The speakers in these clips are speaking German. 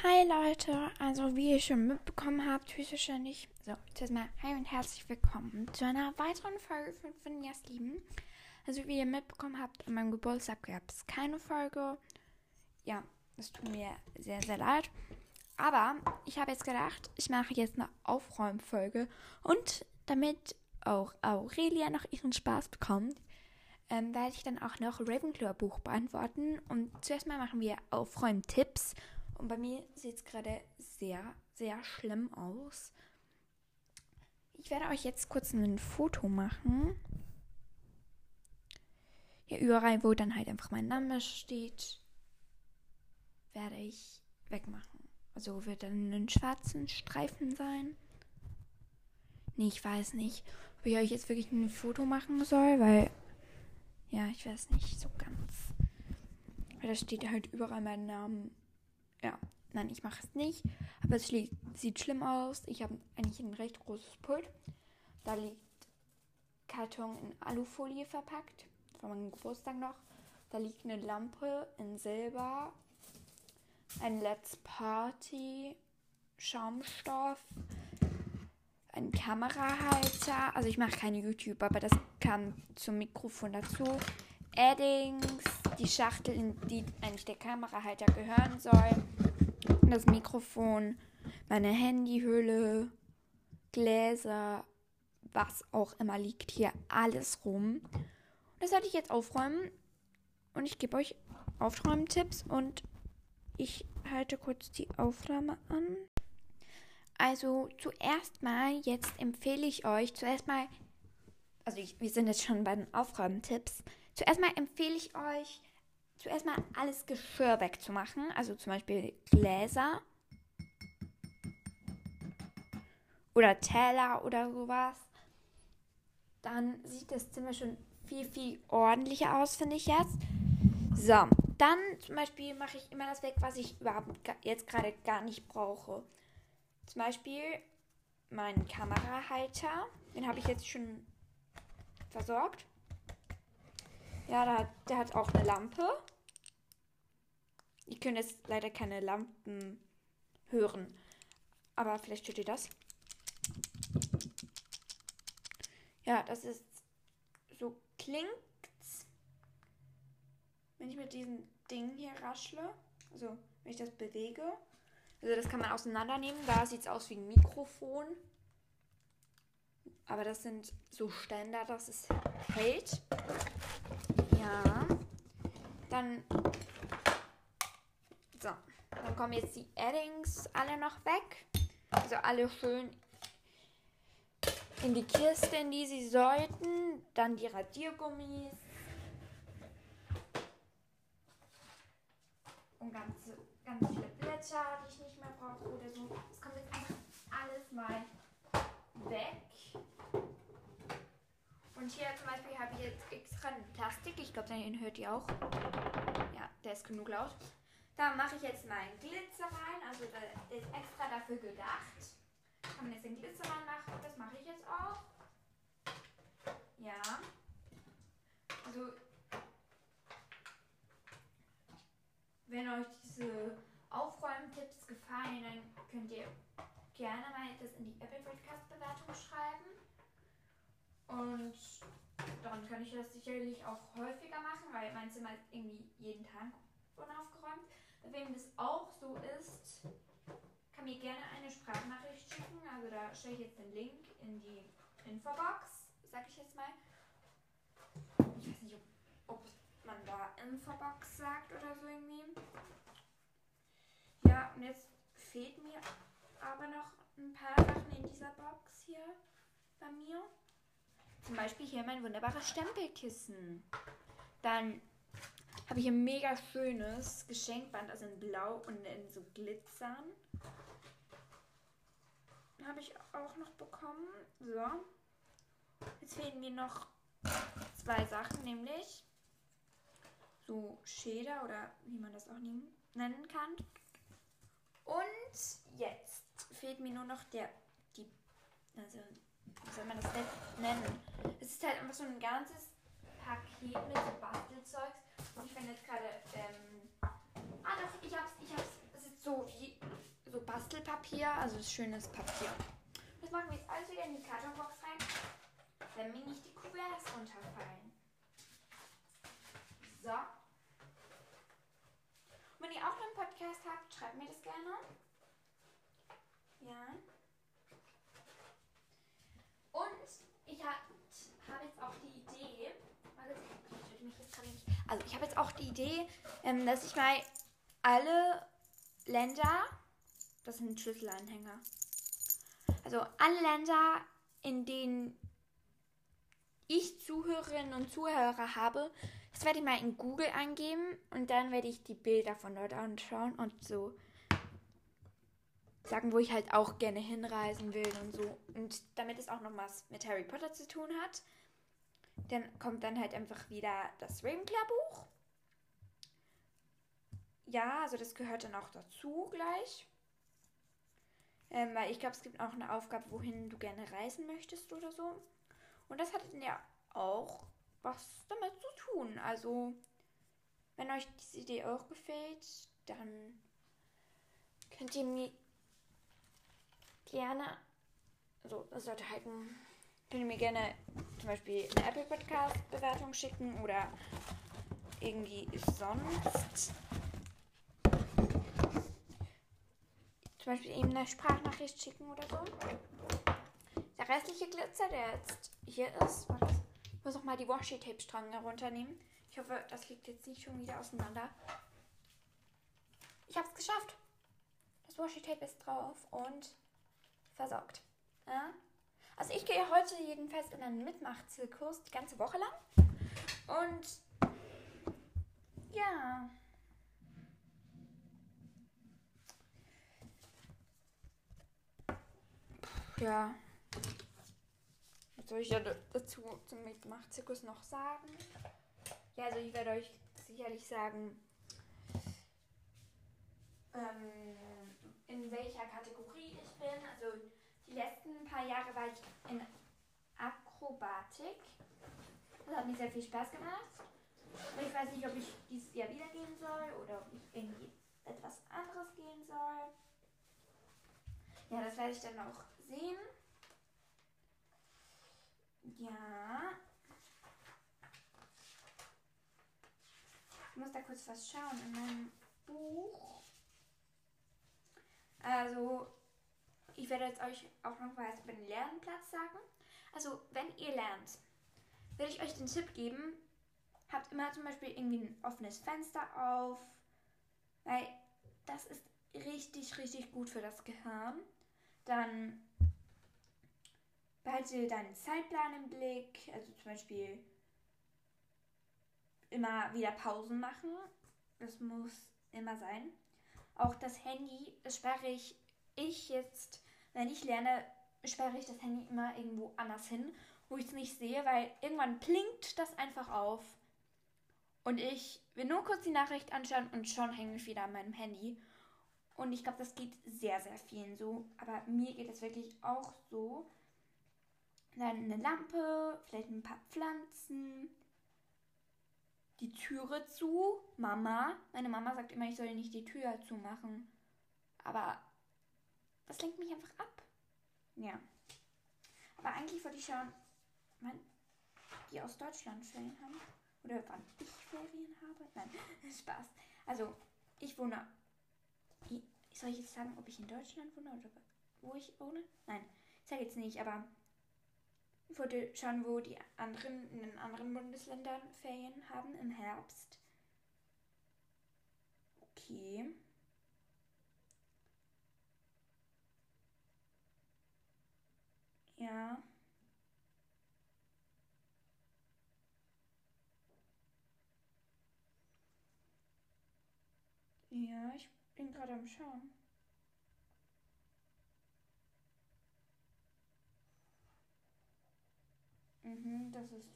Hi Leute, also wie ihr schon mitbekommen habt, höchstwahrscheinlich, zuerst mal hi und herzlich willkommen zu einer weiteren Folge von Finjas Lieben. Also wie ihr mitbekommen habt, an meinem Geburtstag gab es keine Folge. Ja, das tut mir sehr, sehr leid. Aber ich habe jetzt gedacht, ich mache jetzt eine Aufräumfolge und damit auch Aurelia noch ihren Spaß bekommt, werde ich dann auch noch Ravenclaw-Buch beantworten. Und zuerst mal machen wir Aufräumtipps. Und bei mir sieht es gerade sehr, sehr schlimm aus. Ich werde euch jetzt kurz ein Foto machen. Ja, überall, wo dann halt einfach mein Name steht, werde ich wegmachen. Also wird dann ein schwarzen Streifen sein. Nee, ich weiß nicht, ob ich euch jetzt wirklich ein Foto machen soll, weil, ja, ich weiß nicht so ganz. Weil da steht halt überall mein Name. Ja, nein, ich mache es nicht. Aber es sieht schlimm aus. Ich habe eigentlich ein recht großes Pult. Da liegt Karton in Alufolie verpackt. Von meinem Geburtstag noch. Da liegt eine Lampe in Silber. Ein Let's Party Schaumstoff. Ein Kamerahalter. Also ich mache keine YouTube, aber das kam zum Mikrofon dazu. Eddings. Die Schachtel, in die eigentlich der Kamerahalter gehören soll. Das Mikrofon, meine Handyhülle, Gläser, was auch immer liegt hier alles rum. Das sollte ich jetzt aufräumen und ich gebe euch Aufräumtipps und ich halte kurz die Aufnahme an. Also zuerst mal, jetzt empfehle ich euch, wir sind jetzt schon bei den Aufräumtipps. Zuerst mal empfehle ich euch, alles Geschirr wegzumachen, also zum Beispiel Gläser oder Teller oder sowas. Dann sieht das Zimmer schon viel, viel ordentlicher aus, finde ich jetzt. So, dann zum Beispiel mache ich immer das weg, was ich überhaupt jetzt gerade gar nicht brauche. Zum Beispiel meinen Kamerahalter, den habe ich jetzt schon versorgt. Ja, der hat auch eine Lampe. Ihr könnt jetzt leider keine Lampen hören. Aber vielleicht hört ihr das. Ja, das ist so klingt's, wenn ich mit diesem Ding hier raschle. Also, wenn ich das bewege. Also, das kann man auseinandernehmen. Da sieht es aus wie ein Mikrofon. Aber das sind so Ständer, dass es hält. Ja. Dann kommen jetzt die Eddings alle noch weg. Also alle schön in die Kiste, in die sie sollten. Dann die Radiergummis. Und ganz viele Blätter, die ich nicht mehr brauche oder so. Das kommt jetzt einfach alles mal weg. Und hier zum Beispiel habe ich jetzt extra einen Plastik. Ich glaube, den hört ihr auch. Ja, der ist genug laut. Da mache ich jetzt meinen Glitzer rein. Also der ist extra dafür gedacht. Kann man jetzt den Glitzer reinmachen. Das mache ich jetzt auch. Ja. Also wenn euch diese Aufräumtipps gefallen, dann könnt ihr gerne mal das in die Apple Podcast-Bewertung schreiben. Und dann kann ich das sicherlich auch häufiger machen, weil mein Zimmer ist irgendwie jeden Tag unaufgeräumt. Bei wem das auch so ist, kann mir gerne eine Sprachnachricht schicken. Also da stelle ich jetzt den Link in die Infobox, sag ich jetzt mal. Ich weiß nicht, ob man da Infobox sagt oder so irgendwie. Ja, und jetzt fehlt mir aber noch ein paar Sachen in dieser Box hier bei mir. Zum Beispiel hier mein wunderbares Stempelkissen. Dann habe ich ein mega schönes Geschenkband, also in Blau und in so Glitzern. Habe ich auch noch bekommen. So. Jetzt fehlen mir noch 2 Sachen, nämlich so Shader oder wie man das auch nennen kann. Und jetzt fehlt mir nur noch wie soll man das nennen? Es ist halt einfach so ein ganzes Paket mit so Bastelzeugs. Und ich finde jetzt gerade, ich hab's. Es ist so wie Bastelpapier, also das schönes Papier. Das machen wir jetzt alles wieder in die Kartonbox rein, damit nicht die Kuverts runterfallen. So. Und wenn ihr auch einen Podcast habt, schreibt mir das gerne. Ja. Und ich habe jetzt auch die Idee, also ich habe jetzt auch die Idee, dass ich mal alle Länder, das sind Schlüsselanhänger, also alle Länder, in denen ich Zuhörerinnen und Zuhörer habe, das werde ich mal in Google eingeben und dann werde ich die Bilder von dort anschauen und so sagen, wo ich halt auch gerne hinreisen will und so. Und damit es auch noch was mit Harry Potter zu tun hat, dann kommt dann halt einfach wieder das Ravenclaw-Buch. Ja, also das gehört dann auch dazu gleich. Weil ich glaube, es gibt auch eine Aufgabe, wohin du gerne reisen möchtest oder so. Und das hat dann ja auch was damit zu tun. Also, wenn euch diese Idee auch gefällt, dann könnt ihr mir gerne, also das sollte halt könnt ihr mir gerne zum Beispiel eine Apple Podcast Bewertung schicken oder irgendwie sonst. Zum Beispiel eben eine Sprachnachricht schicken oder so. Der restliche Glitzer, der jetzt hier ist, ich muss auch mal die Washi-Tape-Stränge herunternehmen. Ich hoffe, das liegt jetzt nicht schon wieder auseinander. Ich habe es geschafft. Das Washi-Tape ist drauf und versorgt. Ja? Also ich gehe heute jedenfalls in einen Mitmachzirkus die ganze Woche lang. Und ja. Ja. Was soll ich dazu zum Mitmachzirkus noch sagen? Ja, also ich werde euch sicherlich sagen, in welcher Kategorie ich bin. Also die letzten paar Jahre war ich in Akrobatik. Das hat mir sehr viel Spaß gemacht. Aber ich weiß nicht, ob ich dieses Jahr wieder gehen soll oder ob ich irgendwie etwas anderes gehen soll. Ja, das werde ich dann auch sehen. Ja. Ich muss da kurz was schauen in meinem Buch. Also, ich werde jetzt euch auch noch was über den Lernplatz sagen. Also, wenn ihr lernt, würde ich euch den Tipp geben, habt immer zum Beispiel irgendwie ein offenes Fenster auf, weil das ist richtig, richtig gut für das Gehirn. Dann behalte deinen Zeitplan im Blick, also zum Beispiel immer wieder Pausen machen. Das muss immer sein. Auch das Handy, das sperre ich jetzt, wenn ich lerne, sperre ich das Handy immer irgendwo anders hin, wo ich es nicht sehe, weil irgendwann blinkt das einfach auf. Und ich will nur kurz die Nachricht anschauen und schon hänge ich wieder an meinem Handy. Und ich glaube, das geht sehr, sehr vielen so. Aber mir geht es wirklich auch so. Dann eine Lampe, vielleicht ein paar Pflanzen. Die Türe zu. Meine Mama sagt immer, ich soll nicht die Tür zumachen. Aber das lenkt mich einfach ab. Ja. Aber eigentlich wollte ich schauen, wann die aus Deutschland Ferien haben. Oder wann ich Ferien habe. Nein, Spaß. Also, ich wohne. Soll ich jetzt sagen, ob ich in Deutschland wohne oder wo ich wohne? Nein, ich sage jetzt nicht, aber ich wollte schauen, wo die anderen in den anderen Bundesländern Ferien haben im Herbst. Okay. Ja. Ja, ich bin gerade am Schauen. Das ist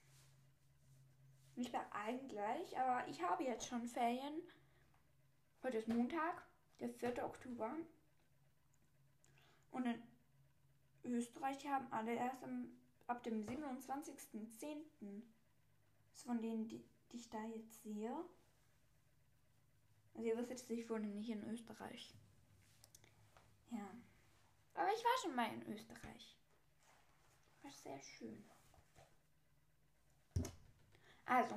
nicht bei allen gleich, aber ich habe jetzt schon Ferien. Heute ist Montag, der 4. Oktober. Und in Österreich haben alle erst ab dem 27.10. Das von denen, die ich da jetzt sehe. Also ihr wisst jetzt, ich wohne nicht in Österreich. Ja. Aber ich war schon mal in Österreich. War sehr schön. Also.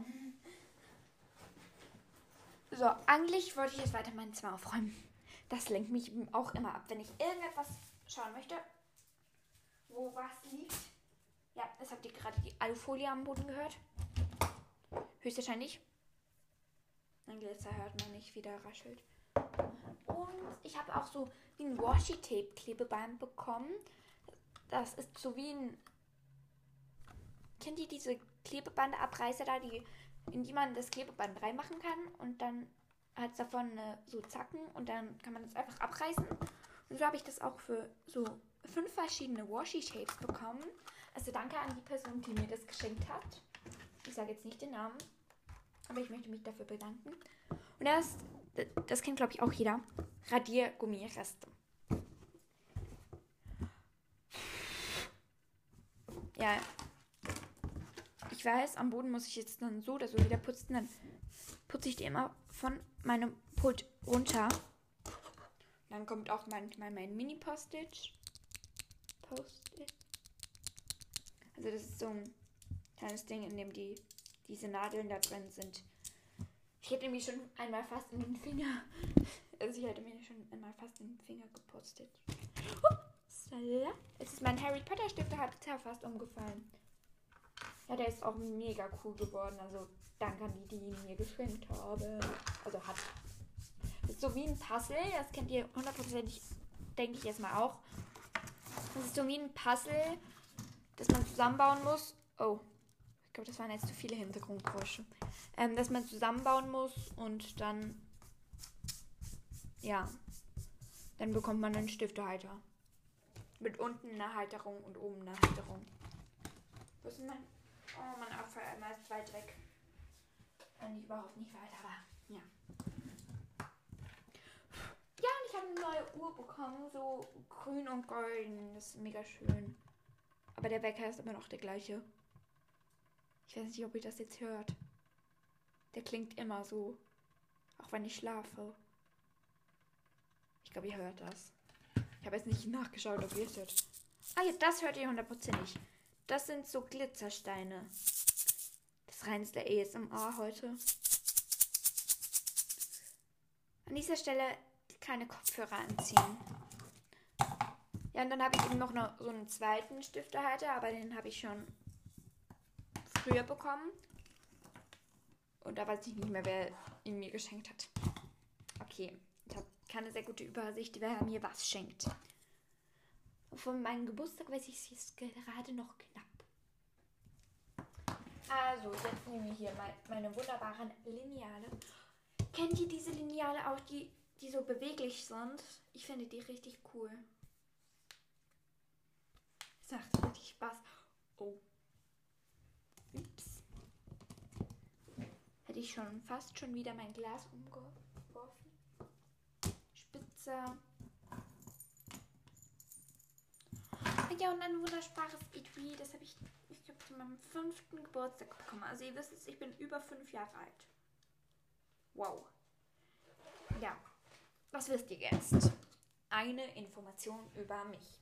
So, eigentlich wollte ich jetzt weiter mein Zimmer aufräumen. Das lenkt mich auch immer ab, wenn ich irgendetwas schauen möchte, wo was liegt. Ja, das habt ihr gerade die Alufolie am Boden gehört. Höchstwahrscheinlich. Mein Glitzer hört man nicht, wie der raschelt. Und ich habe auch so wie ein Washi-Tape-Klebeband bekommen. Das ist so wie ein... Kennt ihr diese Klebebandabreißer da, in die man das Klebeband reinmachen kann? Und dann hat es davon so Zacken und dann kann man das einfach abreißen. Und so habe ich das auch für so 5 verschiedene Washi-Tapes bekommen. Also danke an die Person, die mir das geschenkt hat. Ich sage jetzt nicht den Namen, aber ich möchte mich dafür bedanken. Und das kennt, glaube ich, auch jeder. Radiergummireste. Ja, ich weiß, am Boden muss ich jetzt dann so oder so wieder putzen. Dann putze ich die immer von meinem Pult runter. Dann kommt auch manchmal mein Mini-Postage. Also das ist so ein kleines Ding, in dem diese Nadeln da drin sind. Ich hätte mir schon einmal fast in den Finger... Also ich hätte mir schon einmal fast in den Finger gepostet. Es ist mein Harry Potter Stift, der hat fast umgefallen. Ja, der ist auch mega cool geworden. Also danke an die ihn mir geschenkt haben. Also hat. Das ist so wie ein Puzzle. Das kennt ihr hundertprozentig, denke ich jetzt mal auch. Das ist so wie ein Puzzle, das man zusammenbauen muss. Oh, ich glaube, das waren jetzt zu viele Hintergrundgeräusche. Das man zusammenbauen muss und dann, ja, dann bekommt man einen Stiftehalter. Mit unten eine Halterung und oben eine Halterung. Wo ist denn mein Abfalleimer ist weit weg. Eigentlich überhaupt nicht weit, aber ja. Ja, und ich habe eine neue Uhr bekommen, so grün und golden. Das ist mega schön. Aber der Wecker ist immer noch der gleiche. Ich weiß nicht, ob ihr das jetzt hört. Der klingt immer so. Auch wenn ich schlafe. Ich glaube, ihr hört das. Ich habe jetzt nicht nachgeschaut, ob ihr es hört. Ah ja, das hört ihr hundertprozentig. Das sind so Glitzersteine. Das reinste ASMR heute. An dieser Stelle keine Kopfhörer anziehen. Ja, und dann habe ich eben noch so einen zweiten Stiftehalter, aber den habe ich schon früher bekommen. Und da weiß ich nicht mehr, wer ihn mir geschenkt hat. Okay, ich habe keine sehr gute Übersicht, wer mir was schenkt. Von meinem Geburtstag weiß ich es jetzt gerade noch knapp. Also, jetzt nehme ich hier meine wunderbaren Lineale. Kennt ihr diese Lineale auch, die so beweglich sind? Ich finde die richtig cool. Das macht richtig Spaß. Oh. Ups. Hätte ich fast schon wieder mein Glas umgeworfen. Spitze. Ja, und ein wunderbares Etui, das habe ich glaube, zu meinem 5. Geburtstag bekommen. Also ihr wisst es, ich bin über 5 Jahre alt. Wow. Ja, was wisst ihr jetzt? Eine Information über mich.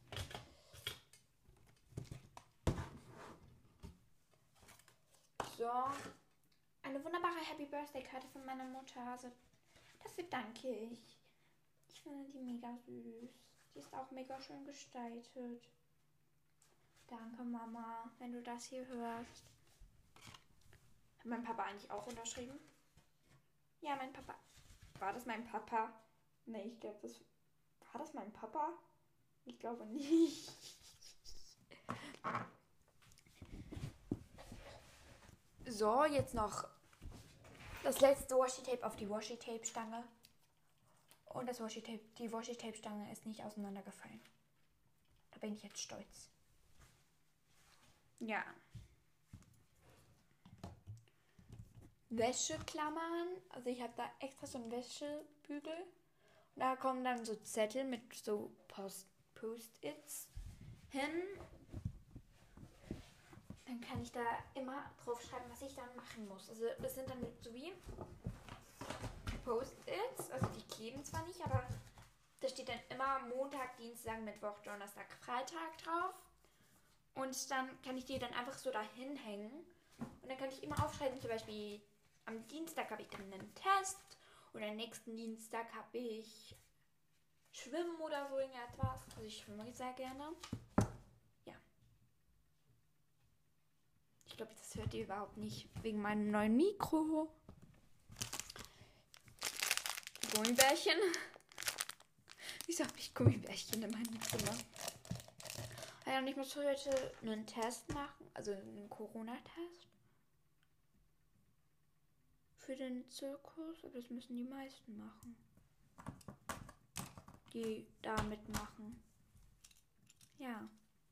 So, eine wunderbare Happy Birthday-Karte von meiner Mutter. Also, dafür danke ich. Ich finde die mega süß. Die ist auch mega schön gestaltet. Danke, Mama, wenn du das hier hörst. Hat mein Papa eigentlich auch unterschrieben? Ja, mein Papa. War das mein Papa? Nee, ich glaube, war das mein Papa? Ich glaube nicht. So, jetzt noch das letzte Washi-Tape auf die Washi-Tape-Stange. Und die Washi-Tape-Stange ist nicht auseinandergefallen. Da bin ich jetzt stolz. Ja. Wäscheklammern. Also ich habe da extra so einen Wäschebügel. Und da kommen dann so Zettel mit so Post-its hin. Dann kann ich da immer drauf schreiben, was ich dann machen muss. Also das sind dann so wie Post-its. Also die kleben zwar nicht, aber da steht dann immer Montag, Dienstag, Mittwoch, Donnerstag, Freitag drauf. Und dann kann ich die dann einfach so dahin hängen. Und dann kann ich immer aufschreiben, zum Beispiel am Dienstag habe ich dann einen Test. Und am nächsten Dienstag habe ich Schwimmen oder so irgendetwas. Also ich schwimme sehr gerne. Ja. Ich glaube, das hört ihr überhaupt nicht wegen meinem neuen Mikro. Gummibärchen. Wieso habe ich Gummibärchen in meinem Zimmer? Ja, und ich muss heute einen Test machen, also einen Corona-Test. Für den Zirkus, aber das müssen die meisten machen. Die da mitmachen. Ja.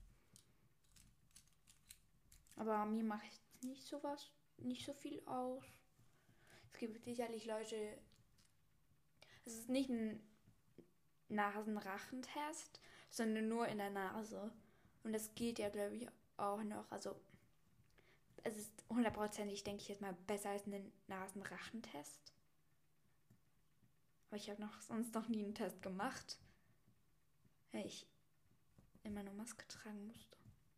Aber mir macht nicht so viel aus. Es gibt sicherlich Leute. Es ist nicht ein Nasenrachentest, sondern nur in der Nase. Und das geht ja, glaube ich, auch noch. Also, es ist 100%, denke ich jetzt mal, besser als ein Nasenrachentest. Aber ich habe sonst noch nie einen Test gemacht. Weil ich immer nur Maske tragen musste.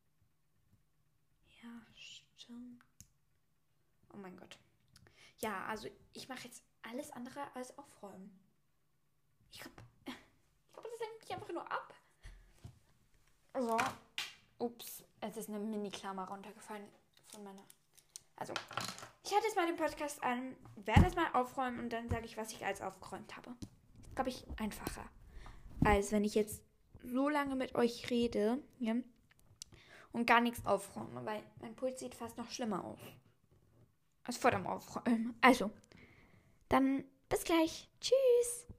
Ja, stimmt. Oh mein Gott. Ja, also ich mache jetzt alles andere als aufräumen. Ich glaube, das lenkt mich einfach nur ab. So. Ups, es ist eine Mini-Klammer runtergefallen von meiner. Also, ich halte jetzt mal den Podcast an, werde es mal aufräumen und dann sage ich, was ich alles aufgeräumt habe. Das glaube ich einfacher, als wenn ich jetzt so lange mit euch rede, ja, und gar nichts aufräume, weil mein Puls sieht fast noch schlimmer aus als vor dem Aufräumen. Also, dann bis gleich. Tschüss.